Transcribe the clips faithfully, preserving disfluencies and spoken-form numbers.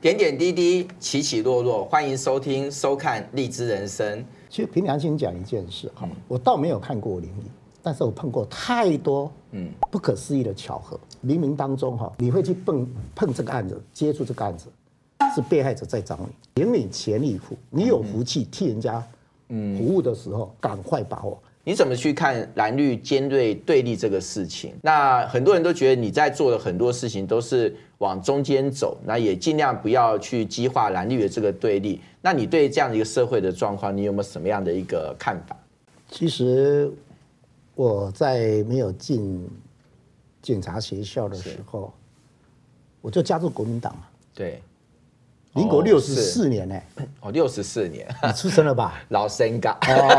点点滴滴，起起落落，欢迎收听、收看《荔枝人生》。 其实凭良心讲一件事哈，我倒没有看过灵异，但是我碰过太多嗯不可思议的巧合。冥冥当中哈，你会去碰碰这个案子，接触这个案子，是被害者在找你，领你全力以赴，你有福气替人家服务的时候，赶快把握。 你怎么去看蓝绿尖锐对立这个事情？那很多人都觉得你在做的很多事情都是往中间走，那也尽量不要去激化蓝绿的这个对立。那你对这样的一个社会的状况，你有没有什么样的一个看法？ 其实我在没有进警察学校的时候，我就加入国民党嘛。 对。 民国六十四年呢、 欸，哦，六十四年， 你出生了吧？ 老生嘎。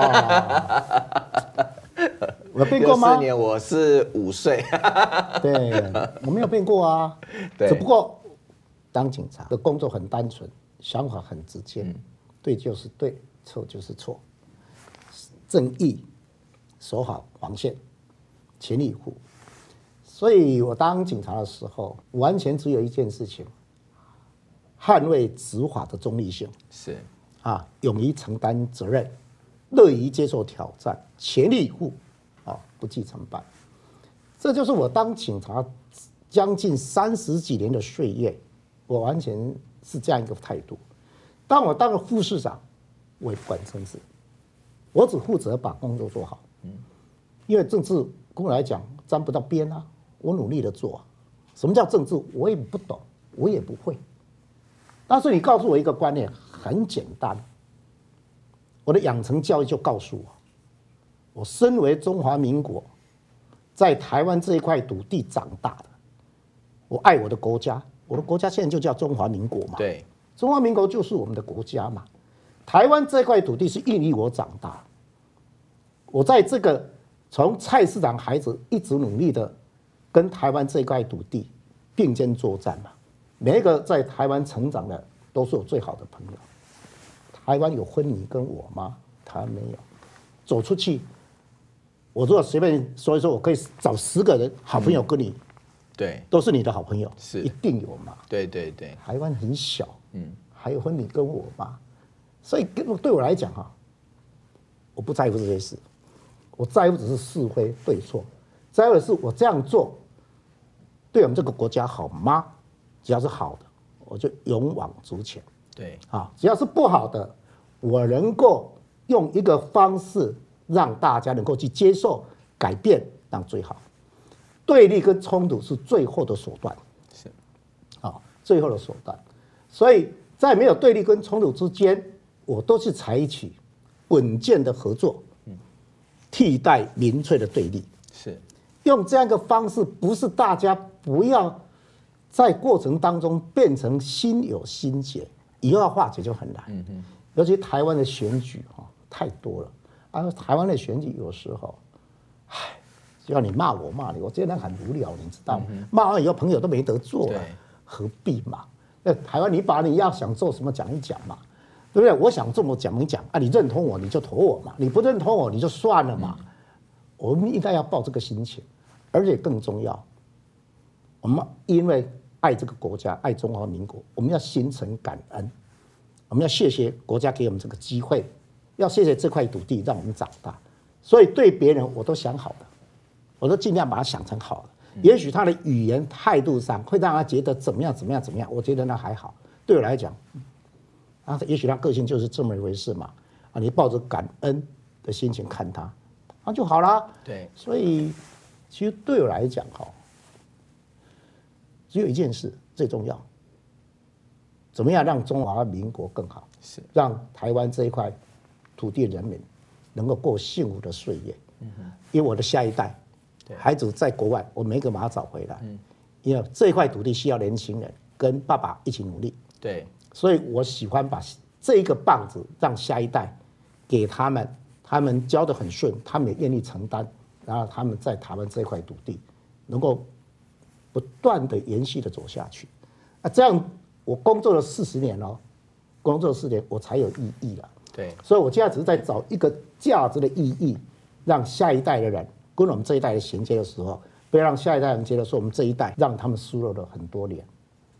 哦，我变过吗？ 六四年我是五岁。 对，我没有变过啊。对，只不过当警察的工作很单纯，想法很直接，嗯、对就是对，错就是错，正义守好防线，全力以赴。所以我当警察的时候，完全只有一件事情。捍卫执法的中立性是啊，勇于承担责任，乐于接受挑战，全力以赴啊，不计成败。这就是我当警察将近三十几年的岁月，我完全是这样一个态度。当我当了副市长，我也不管政治，我只负责把工作做好。嗯，因为政治跟我来讲沾不到边啊，我努力的做啊。什么叫政治？我也不懂，我也不会。但是你告诉我一个观念，很简单。我的养成教育就告诉我，我身为中华民国在台湾这一块土地长大的，我爱我的国家，我的国家现在就叫中华民国嘛。 对， 中华民国就是我们的国家嘛。台湾这块土地是孕育我长大，我在这个从菜市场孩子一直努力的跟台湾这块土地并肩作战嘛。每一个在台湾成长的都是我最好的朋友。台湾有分你跟我吗？台湾没有。走出去，我如果随便说一说，我可以找十个人好朋友跟你，嗯、 对， 都是你的好朋友， 是一定有嘛？ 对对对。 台湾很小， 嗯， 还有分你跟我吗？所以对我来讲哈，我不在乎这些事，我在乎只是是非对错，在乎的是我这样做对我们这个国家好吗？只要是好的，我就勇往直前。 对啊，只要是不好的，我能够用一个方式让大家能够去接受、改变，让最好。对立跟冲突是最后的手段， 是啊，最后的手段。所以在没有对立跟冲突之间，我都是采取稳健的合作，替代民粹的对立。 是用这样一个方式，不是大家不要。在过程当中变成心有心结，以后要化解就很难。嗯嗯，尤其台湾的选举哈太多了，啊，台湾的选举有时候，唉，就要你骂我骂你，我觉得很无聊，你知道吗？骂完以后朋友都没得做了，何必嘛？那台湾你把你要想做什么讲一讲嘛，对不对？我想这么讲一讲啊，你认同我你就投我嘛，你不认同我你就算了嘛。嗯、我们应该要抱这个心情，而且更重要，我们因为。爱这个国家，爱中华民国，我们要心存感恩，我们要谢谢国家给我们这个机会，要谢谢这块土地让我们长大。所以对别人我都想好的，我都尽量把它想成好的。也许他的语言态度上会让他觉得怎么样怎么样怎么样，我觉得那还好。对我来讲，啊，也许他个性就是这么一回事嘛。啊，你抱着感恩的心情看他，那就好啦。 对， 所以其实对我来讲，哈。只有一件事最重要，怎么样让中华民国更好？是让台湾这一块土地人民能够过幸福的岁月。嗯、因为我的下一代，孩子在国外，我每个把他找回来。嗯、因为这一块土地需要年轻人跟爸爸一起努力。 对， 所以我喜欢把这一个棒子让下一代给他们，他们教得很顺，他们也愿意承担，然后他们在台湾这块土地能够。不断的延续的走下去，啊，这样我工作了四十年哦，工作四年我才有意义了。 对， 所以我现在只是在找一个价值的意义，让下一代的人跟我们这一代的衔接的时候，不要让下一代人觉得说我们这一代让他们输了了很多年，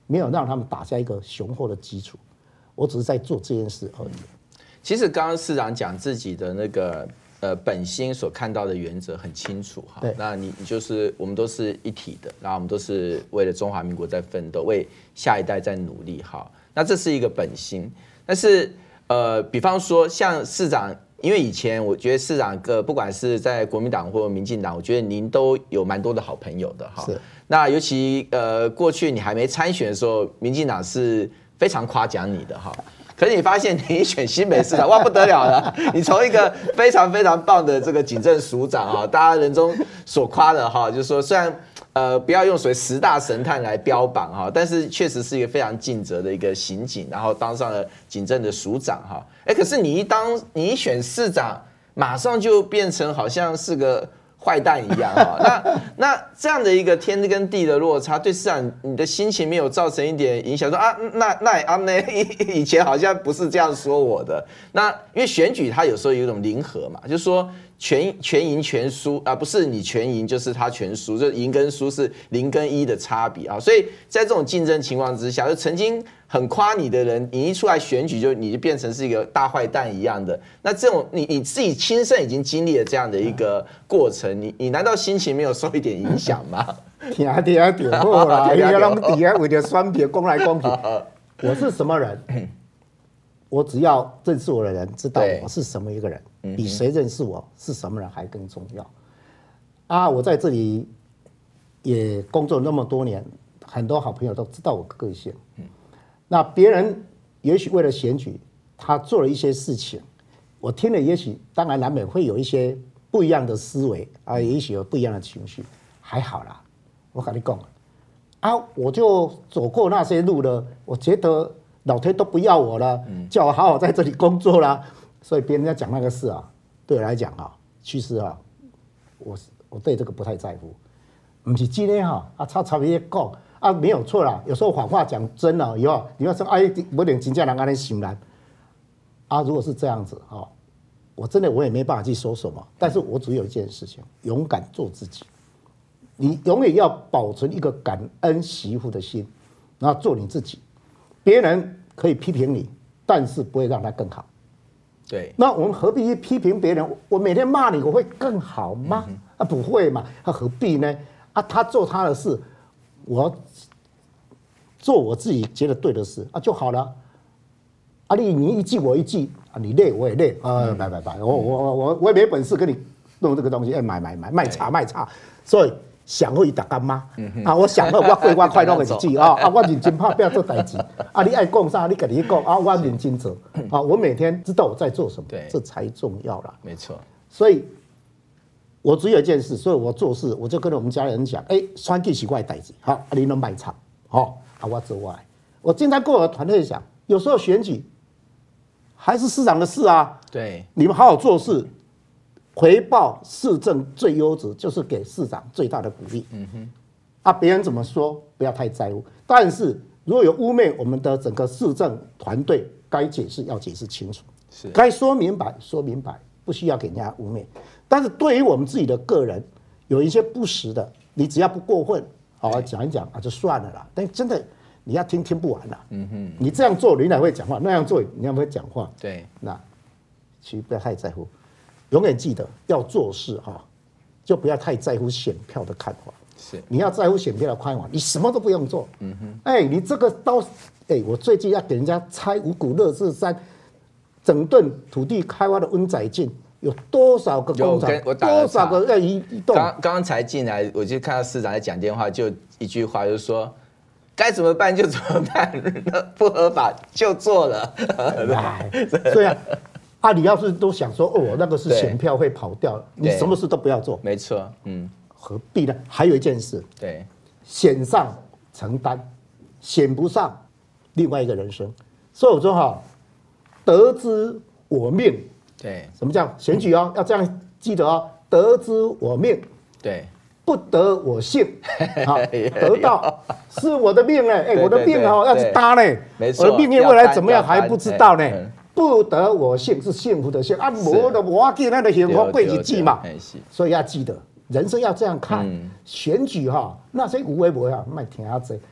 没有让他们打下一个雄厚的基础。我只是在做这件事而已。 其实刚刚市长讲自己的那个呃本心所看到的原则很清楚哈。那你你就是我们都是一体的，然后我们都是为了中华民国在奋斗，为下一代在努力哈。那这是一个本心，但是呃，比方说像市长。因为以前我觉得市长个不管是在国民党或民进党，我觉得您都有蛮多的好朋友的哈。那尤其呃过去你还没参选的时候，民进党是非常夸奖你的哈。可是你发现你一选新北市长，哇不得了了！你从一个非常非常棒的这个警政署长啊，大家人中所夸的哈，就是说虽然呃不要用所谓十大神探来标榜哈，但是确实是一个非常尽责的一个刑警，然后当上了警政的署长哈。哎，可是你一当你一选市长，马上就变成好像是个坏蛋一样哈。那那这样的一个天跟地的落差，对市长你的心情没有造成一点影响？说啊，那那啊那以前好像不是这样说我的。那因为选举它有时候有一种零和嘛，就是说全全赢全输啊，不是你全赢就是他全输，就赢跟输是零跟一的差别啊。所以在这种竞争情况之下，就曾经很夸你的人，你一出来选举就你就变成是一个大坏蛋一样的。那这种你你自己亲身已经经历了这样的一个过程，你你难道心情没有受一点影响吗？ 听啊听啊，就好啦，伊要底下为了选票讲来讲去，我是什么人？我只要认识我的人知道我是什么一个人，比谁认识我是什么人还更重要。啊，我在这里也工作那么多年，很多好朋友都知道我的个性。那别人也许为了选举，他做了一些事情，我听了也许当然难免会有一些不一样的思维啊，也许有不一样的情绪，还好啦。我跟你讲啊，我就走过那些路了，我觉得老天都不要我了，叫我好好在这里工作啦。所以别人家讲那个事啊，对我来讲啊，其实啊，我我对这个不太在乎。不是今天哈啊，差差别讲啊，没有错啦。有时候谎话讲真了以后，你要说哎，我连真正人安尼想啦啊，如果是这样子哈，我真的我也没办法去说什么。但是我只有一件事情，勇敢做自己。你永远要保存一个感恩惜福的心，然后做你自己。别人可以批评你，但是不会让他更好。 对， 那我们何必去批评别人？我每天骂你，我会更好吗？嗯、啊，不会嘛，他何必呢？啊，他做他的事，我做我自己觉得对的事啊就好了。啊，你你一句我一句啊，你累我也累啊，拜拜拜，我我我我也没本事跟你弄这个东西，哎，买买买卖茶卖茶，所以。想会打干妈啊！我想好我过我快乐的日子啊！啊，我认真拍，不要做代志啊！你爱讲啥，你自己讲啊！我认真做啊！我每天知道我在做什么，这才重要啦。 没错。 所以，我只有一件事，所以我做事我就跟我们家人讲：哎，选举是我的代志，好，你能卖场，好，啊，我做我来。我经常跟我的团队讲，有时候选举还是市长的事啊。 对， 你们好好做事。回报市政最优质，就是给市长最大的鼓励。嗯哼，啊，别人怎么说不要太在乎，但是如果有污蔑我们的整个市政团队，该解释要解释清楚，是该说明白说明白，不需要给人家污蔑。但是对于我们自己的个人，有一些不实的，你只要不过分，好好讲一讲啊，就算了啦。但真的你要听听不完啦。嗯哼，你这样做你哪会讲话，那样做你哪会讲话？ 对， 那其实不要太在乎。永远记得要做事哈，就不要太在乎选票的看法。 是， 你要在乎选票的看法，你什么都不用做。嗯哼，哎、欸，你这个刀，哎、欸，我最近要给人家拆五股乐智山，整顿土地开发的温仔进，有多少个工厂，多少个要移动？ 刚刚才进来，我就看到市长在讲电话，就一句话，就是说该怎么办就怎么办，不合法就做了。 对啊。啊，你要是都想说哦，那个是选票会跑掉，你什么事都不要做。 没错，嗯， 何必呢？还有一件事， 对， 选上承担，选不上另外一个人生。所以我说哈，得之我命。 对， 什么叫选举哦？要这样记得哦，得之我命。 对。 不得我幸，好，得到是我的命哎，哎，我的命哦要去搭呢，我的命运未来怎么样还不知道呢。不得我幸是幸福的幸啊，我的我给那个幸福贵几季嘛，所以要记得人生要这样看。选举哈，那些无为不要卖听下子，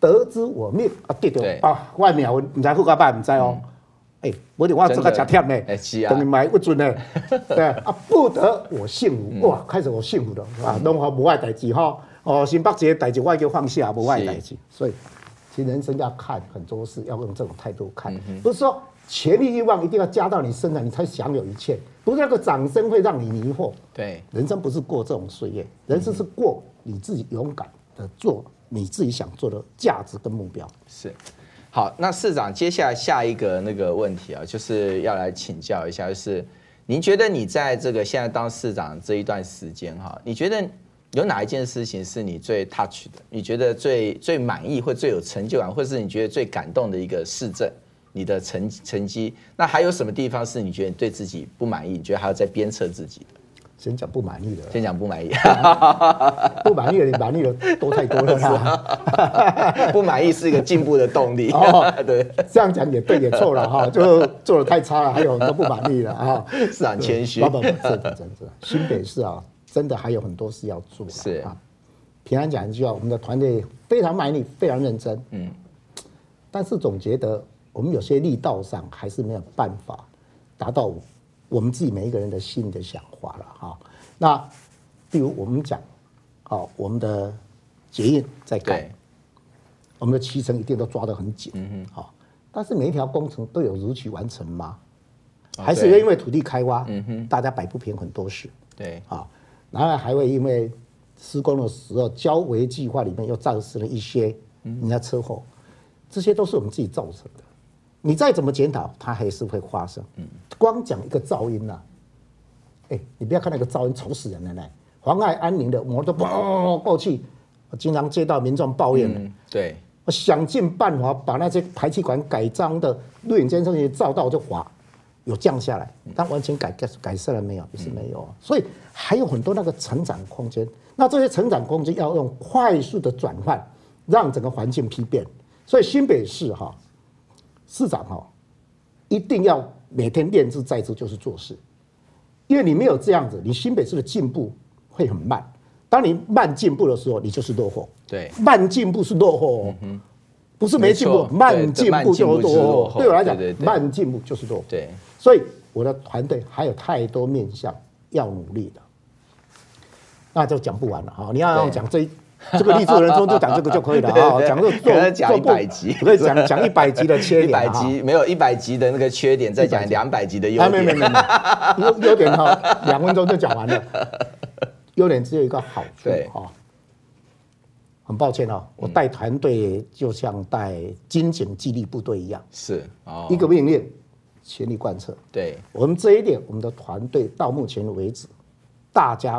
得知我命啊，对对啊，外面我唔知好甲歹唔知哦。哎、欸，我得我这个吃忝呢，等于买不准呢，对啊，不得我幸福，哇，开始我幸福了，啊，拢好无爱代志哈，哦，新北这代志我就放下，无爱代志，所以其实人生要看很多事，要用这种态度看，嗯、不是说权力欲望一定要加到你身上，你才享有一切，不是那个掌声会让你迷惑， 对， 人生不是过这种岁月，人生是过你自己勇敢的做你自己想做的价值跟目标， 是。好，那市长，接下来下一个那个问题啊，就是要来请教一下，就是您觉得你在这个现在当市长这一段时间哈，你觉得有哪一件事情是你最 touch 的？你觉得最最满意或最有成就感，或是你觉得最感动的一个市政，你的成成绩？那还有什么地方是你觉得你对自己不满意？你觉得还要再鞭策自己的？ 先讲不满意的， 先讲不满意， 不满意的，你满意的都太多了啦。 不满意是一个进步的动力。哦，对， 这样讲也对也错了哈，就做的太差了，还有很多不满意了啊。 市长谦虚， 不不不，真的真的，新北市啊，真的还有很多事要做。 是啊，平安讲一句话，我们的团队非常卖力，非常认真。嗯，但是总觉得我们有些力道上还是没有办法达到我们自己每一个人的心里的想法了哈。那比如我们讲，好，我们的捷运在盖，我们的期程一定都抓得很紧，嗯好，但是每一条工程都有如期完成吗？还是因为土地开挖，嗯哼，大家摆不平很多事， 对， 啊，然后还会因为施工的时候交维计划里面又造成了一些人家车祸，这些都是我们自己造成的。你再怎么检讨，它还是会发生。嗯，光讲一个噪音呐、啊，哎、欸，你不要看那个噪音吵死人了呢，妨碍安宁的摩托嘣过去，我经常接到民众抱怨、嗯、 对， 我想尽办法把那些排气管改装的录影监测器照到就滑，有降下来，但完全改改善了没有？也是没有啊。所以还有很多那个成长空间。那这些成长空间要用快速的转换，让整个环境批变。所以新北市哈。市长哈，一定要每天练字在字，就是做事，因为你没有这样子，你新北市的进步会很慢。当你慢进步的时候，你就是落后。 对， 慢进步是落后哦，嗯、不是没进步，慢进步就落后。对我来讲，对对对慢进步就是落后。 对， 所以我的团队还有太多面向要努力的，那就讲不完了哈。你要讲这一。这个励志人中就讲这个就可以了啊，讲这个可能讲一百集， 可以讲讲一百集的缺点， 一百集没有一百集的那个缺点，再讲两百集的优点。 没没没没，优优点哈，两分钟就讲完了。优点只有一个好处哈，很抱歉哦，我带团队就像带军警纪律部队一样， 是一个命令，全力贯彻。 对我们这一点，我们的团队到目前为止，大家。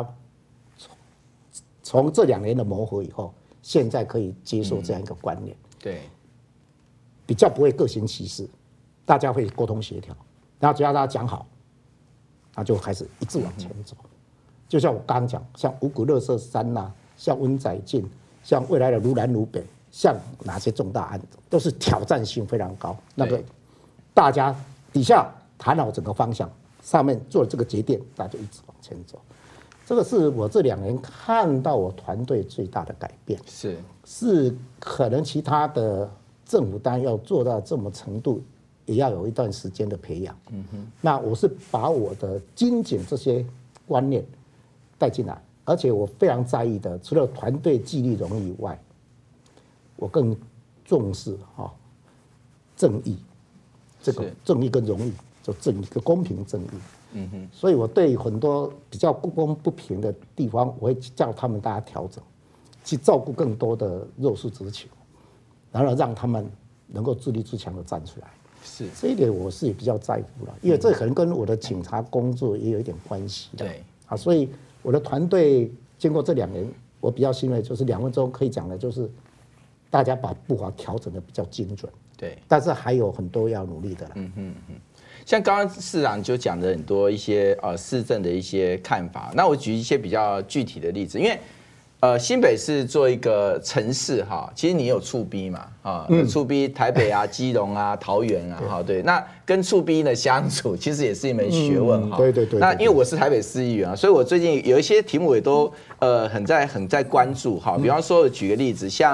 从这两年的磨合以后，现在可以接受这样一个观念， 嗯、对， 比较不会各行其事，大家会沟通协调，然后只要大家讲好，那就开始一直往前走。嗯、就像我刚刚讲，像五股垃圾山呐、啊，像温仔进，像未来的如南如北，像哪些重大案子，都是挑战性非常高。那个大家底下谈好整个方向，上面做了这个节点，大家就一直往前走。这个是我这两年看到我团队最大的改变， 是是可能其他的政府单位要做到这么程度，也要有一段时间的培养。嗯哼，那我是把我的精简这些观念带进来，而且我非常在意的，除了团队纪律荣誉以外，我更重视哈正义，这个正义跟荣誉，就正义跟公平正义。嗯哼，所以我对很多比较不公不平的地方，我会叫他们大家调整，去照顾更多的弱势族群，然后让他们能够自立自强的站出来。 是这一点我是也比较在乎了，因为这可能跟我的警察工作也有一点关系的。 对啊，所以我的团队经过这两年，我比较欣慰就是两分钟可以讲的，就是大家把步伐调整的比较精准。 对， 但是还有很多要努力的了。 嗯哼嗯。像刚刚市长就讲了很多一些呃市政的一些看法，那我举一些比较具体的例子，因为呃新北市做一个城市哈，其实你有触逼嘛啊，触逼台北啊、基隆啊、桃园啊哈，对，那跟触逼的相处其实也是一门学问哈。 对对对。 那因为我是台北市议员啊，所以我最近有一些题目也都呃很在很在关注哈，比方说举个例子，像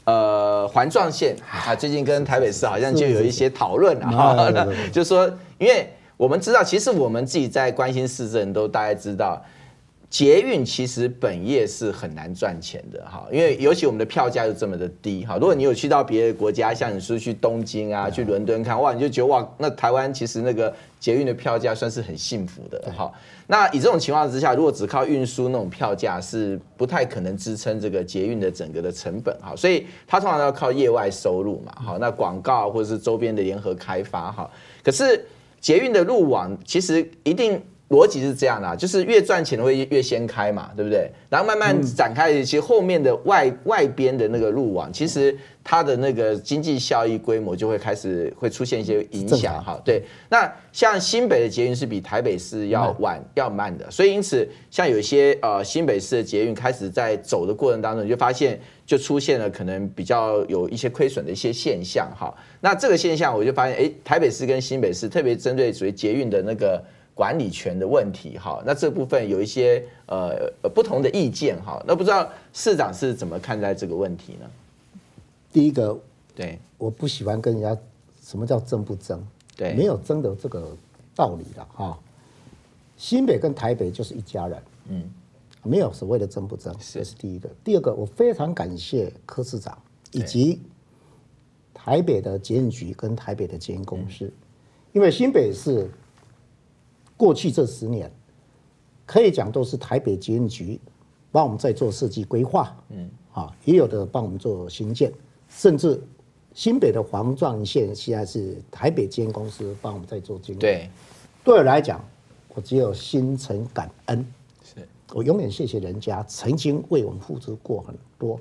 呃环状线啊，最近跟台北市好像就有一些讨论了哈，就是说，因为我们知道，其实我们自己在关心市政都大概知道。捷运其实本业是很难赚钱的哈，因为尤其我们的票价又这么的低哈。如果你有去到别的国家，像你说去东京啊、去伦敦看，哇，你就觉得哇，那台湾其实那个捷运的票价算是很幸福的哈。那以这种情况之下，如果只靠运输那种票价是不太可能支撑这个捷运的整个的成本哈，所以它通常要靠业外收入嘛，好，那广告或者是周边的联合开发哈。可是捷运的路网其实一定。逻辑是这样的、啊，就是越赚钱的会越先开嘛，对不对？然后慢慢展开，其实后面的外外边的那个路网，其实它的那个经济效益规模就会开始会出现一些影响哈。对，那像新北的捷运是比台北市要晚、嗯、要慢的，所以因此像有一些呃新北市的捷运开始在走的过程当中，你就发现就出现了可能比较有一些亏损的一些现象哈。那这个现象我就发现，哎，台北市跟新北市特别针对属于捷运的那个。管理权的问题哈，那这部分有一些呃不同的意见哈，那不知道市长是怎么看待这个问题呢？ 第一个， 对， 我不喜欢跟人家什么叫争不争， 对， 没有争的这个道理了哈。新北跟台北就是一家人，嗯，没有所谓的争不争，这是第一个。第二个，我非常感谢柯市长以及台北的捷运局跟台北的捷运公司，嗯、因为新北是。过去这十年，可以讲都是台北捷运局帮我们在做设计规划，嗯，啊，也有的帮我们做新建，甚至新北的环状线现在是台北捷运公司帮我们在做经营。 对， 对我来讲，我只有心存感恩， 是我永远谢谢人家曾经为我们付出过很多。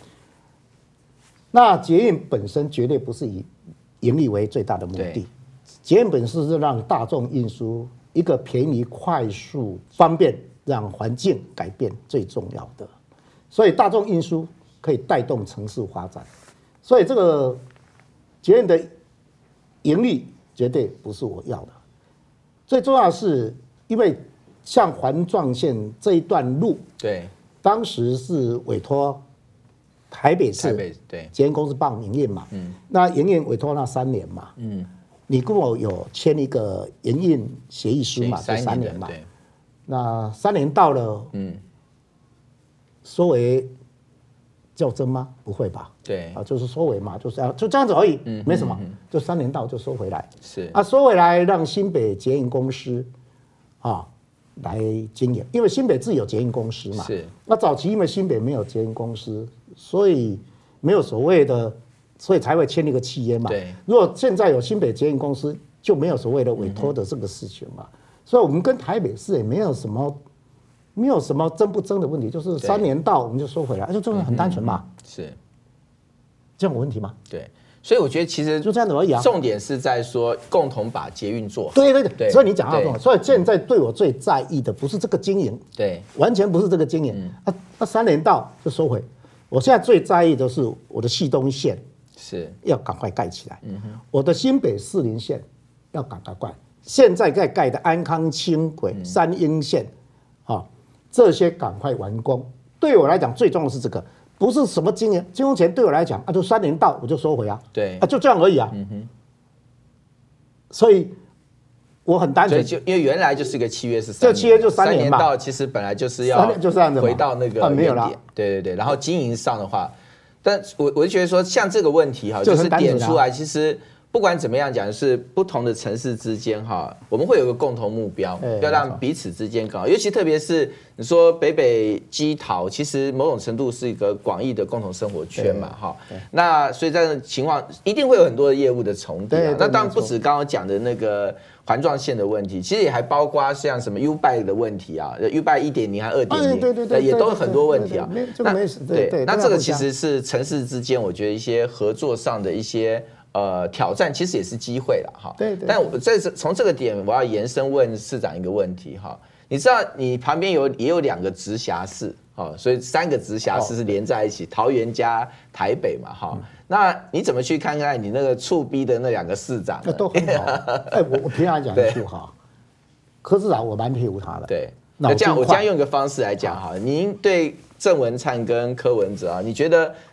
那捷运本身绝对不是以盈利为最大的目的，捷运本身是让大众运输。一个便宜、快速、方便，让环境改变最重要的，所以大众运输可以带动城市发展，所以这个捷运的盈利绝对不是我要的。最重要的是，因为像环状线这一段路， 对， 当时是委托台北市对捷运公司帮我营运嘛，嗯，那营运委托那三年嘛，嗯。你跟我有签一个营运协议书嘛？这三年嘛，那三年到了，嗯，收回较真吗？不会吧？ 对啊，就是收回嘛，就是啊，就这样子而已，嗯，没什么，就三年到就收回来， 是啊，收回来让新北捷运公司啊来经营，因为新北自己有捷运公司嘛， 是。 那早期因为新北没有捷运公司，所以没有所谓的。所以才会签一个契约嘛。 对， 如果现在有新北捷运公司，就没有所谓的委托的这个事情嘛。嗯、所以我们跟台北市也没有什么，没有什么争不争的问题，就是三年到我们就收回来，就这个很单纯嘛。 嗯、是， 这样有问题吗？ 对，所以我觉得其实就这样子而已啊。 重点是在说共同把捷运做好。 对对 对, 对，所以你讲到重，所以现在对我最在意的不是这个经营， 对， 完全不是这个经营。嗯、啊，那三年到就收回。我现在最在意的是我的系东线。 是要赶快盖起来，嗯、我的新北士林线要赶快盖，现在在盖的安康轻轨、嗯、三鶯线，啊，这些赶快完工。对我来讲，最重要的是这个，不是什么经营，金融钱对我来讲啊，就三年到我就收回啊， 对啊，就这样而已啊。嗯哼，所以我很单纯， 就因为原来就是一个契约是三年， 这契约就三年嘛， 到其实本来就是要回到那个原点，对对对，然后经营上的话。但我我就觉得说，像这个问题哈，就是点出来，其实不管怎么样讲，是不同的城市之间哈，我们会有个共同目标，要让彼此之间更好。尤其特别是你说北北基桃，其实某种程度是一个广义的共同生活圈嘛哈。那所以在这情况一定会有很多的业务的重叠。那当然不止刚刚讲的那个环状线的问题，其实也还包括像什么 U-Bike 的问题啊 ，U-Bike 一点零还二点零， 对对对， 也都有很多问题啊。 那对，那这个其实是城市之间，我觉得一些合作上的一些呃挑战，其实也是机会了哈。 对对。 但我这是从这个点，我要延伸问市长一个问题哈。你知道你旁边有也有两个直辖市，哦，所以三个直辖市是连在一起，桃园加台北嘛，哈。那你怎么去看看你那个触逼的那两个市长？ 那都很好。哎，我我平常讲一句哈，柯市长我蛮佩服他的。 对，那这样我这样用一个方式来讲哈，您对郑文灿跟柯文哲啊，你觉得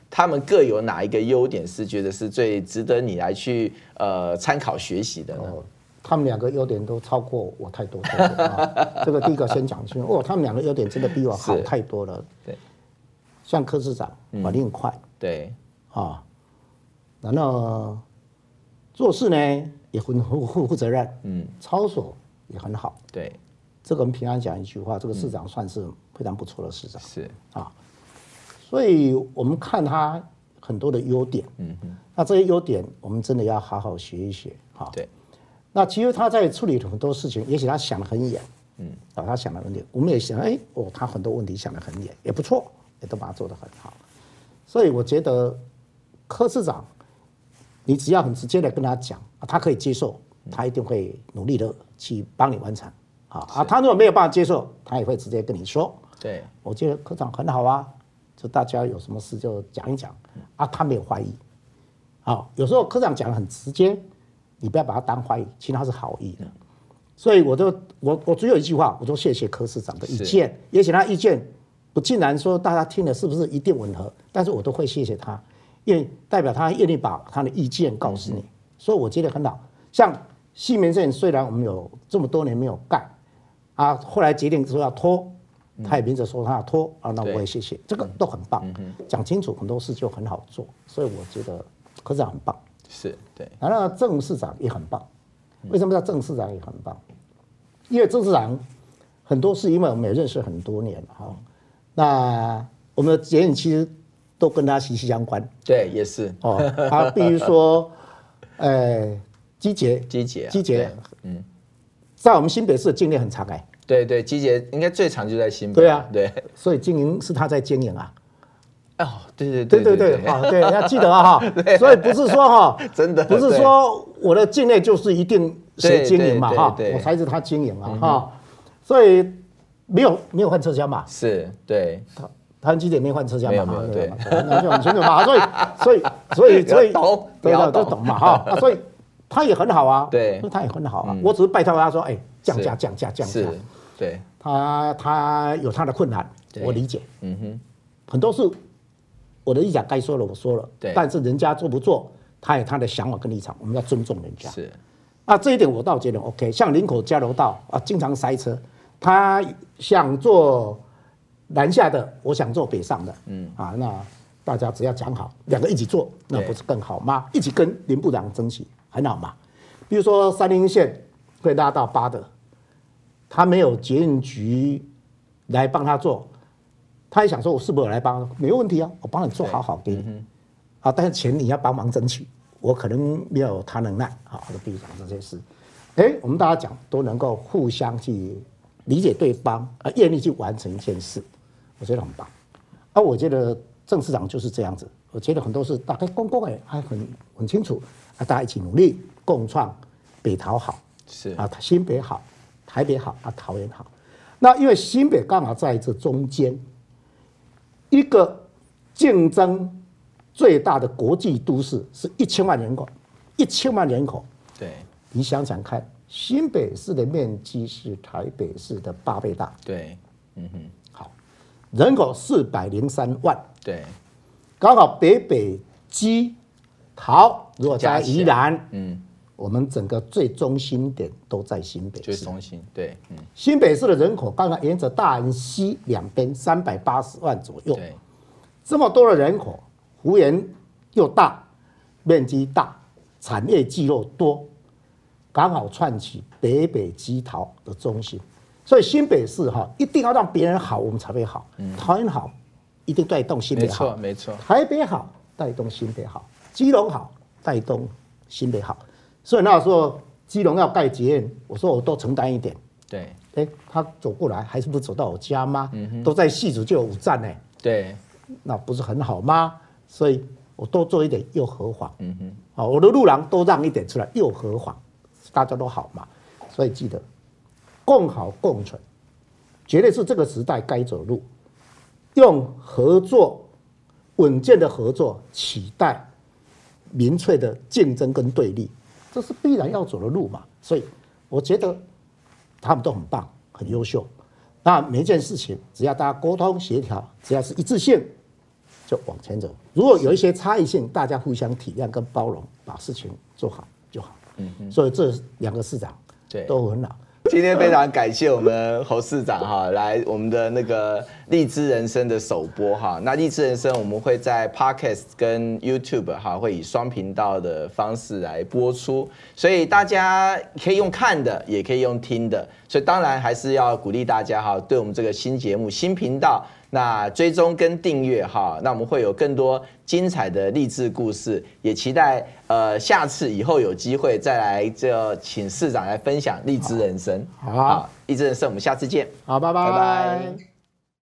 他们各有哪一个优点是觉得是最值得你来去呃参考学习的呢？ 哦，他们两个优点都超过我太多太多啊！这个第一个先讲清楚，哦，他们两个优点真的比我好太多了。 对， 像柯市长反应快， 嗯、对啊，然后做事呢也很负负责任，嗯，操守也很好。 对， 这个我们平常讲一句话，这个市长算是非常不错的市长。 是啊，所以我们看他很多的优点，嗯哼，那这些优点我们真的要好好学一学，哈。 对。 那其实他在处理很多事情，也许他想得很远，嗯，啊，他想得很远，我们也想，哎，哦，他很多问题想得很远，也不错，也都把它做得很好。所以我觉得柯市长，你只要很直接的跟他讲，他可以接受，他一定会努力的去帮你完成。啊啊，他如果没有办法接受，他也会直接跟你说。 对， 我觉得科长很好啊，就大家有什么事就讲一讲，啊，他没有怀疑。好，有时候科长讲得很直接，你不要把他当怀疑，其实他是好意的。所以我就我我只有一句话，我说谢谢柯市长的意见，也许他意见不尽然说大家听了是不是一定吻合，但是我都会谢谢他，因为代表他愿意把他的意见告诉你，所以我觉得很好。像西门线虽然我们有这么多年没有盖。啊，后来决定说要拖，他也明着说他要拖啊，那我也谢谢，这个都很棒，讲清楚很多事就很好做，所以我觉得科长很棒， 是对。 然后郑市长也很棒，为什么叫郑市长也很棒？因为郑市长很多事，因为我们也认识很多年了哈，那我们的节目其实都跟他息息相关， 对，也是哦，他比如说，呃，基捷， 基捷， 基捷，嗯。在我们新北市的经验很长哎， 对对，基捷应该最长就在新北， 对啊， 对， 所以经营是他在经营啊， 哦，对对对对对，啊对，要记得啊哈，所以不是说哈， 真的不是说我的境内就是一定谁经营嘛哈，我才是他经营啊哈，所以没有没有换车厢嘛， 是对， 他他基捷没换车厢嘛， 没有对， 那就很清楚嘛，所以所以所以所以懂， 对的都懂嘛哈，所以。他也很好啊， 对， 他也很好啊。嗯、我只是拜托他说，哎、欸，降价，降价，降价。 是，对。 他他有他的困难，我理解。嗯哼，很多事我的立场该说了我说了，对。但是人家做不做，他有他的想法跟立场，我们要尊重人家。 是。 啊，这一点我倒觉得 OK。像林口交流道啊，经常塞车，他想做南下的，我想做北上的，嗯啊，那大家只要讲好，两个一起做，那不是更好吗？一起跟林部长争取。很好嘛，比如说三莺线会拉到八的，他没有捷运局来帮他做，他也想说我是不是来帮，没有问题啊，我帮你做好好给你，嗯、啊，但是钱你要帮忙争取，我可能没有他能耐，好，我就必须讲这些事。哎，我们大家讲都能够互相去理解对方，啊，愿意去完成一件事，我觉得很棒。啊，我觉得郑市长就是这样子，我觉得很多事大概公公哎还很很清楚。啊，大家一起努力，共创北桃好， 是啊，新北好，台北好啊，桃园好。那因为新北刚好在这中间，一个竞争最大的国际都市是一千万人口，一千万人口， 对， 你想想看，新北市的面积是台北市的八倍大， 对，嗯哼， 好，人口四百零三万， 对， 刚好北北基。桃如果在宜兰，嗯，我们整个最中心点都在新北市， 最中心，对，嗯， 新北市的人口刚刚沿着大安溪两边三百八十万左右， 对， 这么多的人口，幅员又大，面积大，产业聚落多，刚好串起北北基桃的中心，所以新北市哈一定要让别人好，我们才会好，嗯，桃园好，一定带动新北好， 没错，没错， 台北好，带动新北好。基隆好，带动新北好，所以那时候基隆要盖捷运，我说我多承担一点。 对， 哎、欸，他走过来，还是不是走到我家吗？嗯、都在汐止就有五站呢。 对， 那不是很好吗？所以我多做一点又何妨？嗯哼，好，我的路廊多让一点出来又何妨？大家都好嘛。所以记得共好共存，绝对是这个时代该走路，用合作稳健的合作取代民粹的竞争跟对立，这是必然要走的路嘛。所以我觉得他们都很棒，很优秀。那每一件事情，只要大家沟通协调，只要是一致性， 就往前走。如果有一些差异性，大家互相体谅跟包容，把事情做好就好。嗯嗯，所以这两个市长对都很好。 今天非常感谢我们侯市长哈，来我们的那个荔枝人生的首播哈。那荔枝人生我们会在 Podcast 跟 YouTube 哈，会以双频道的方式来播出，所以大家可以用看的，也可以用听的。所以当然还是要鼓励大家哈，对我们这个新节目、新频道。那追踪跟订阅哈，那我们会有更多精彩的励志故事，也期待呃下次以后有机会再来这请市长来分享励志人生。 好， 励志人生，我们下次见。 好，拜拜。 拜拜。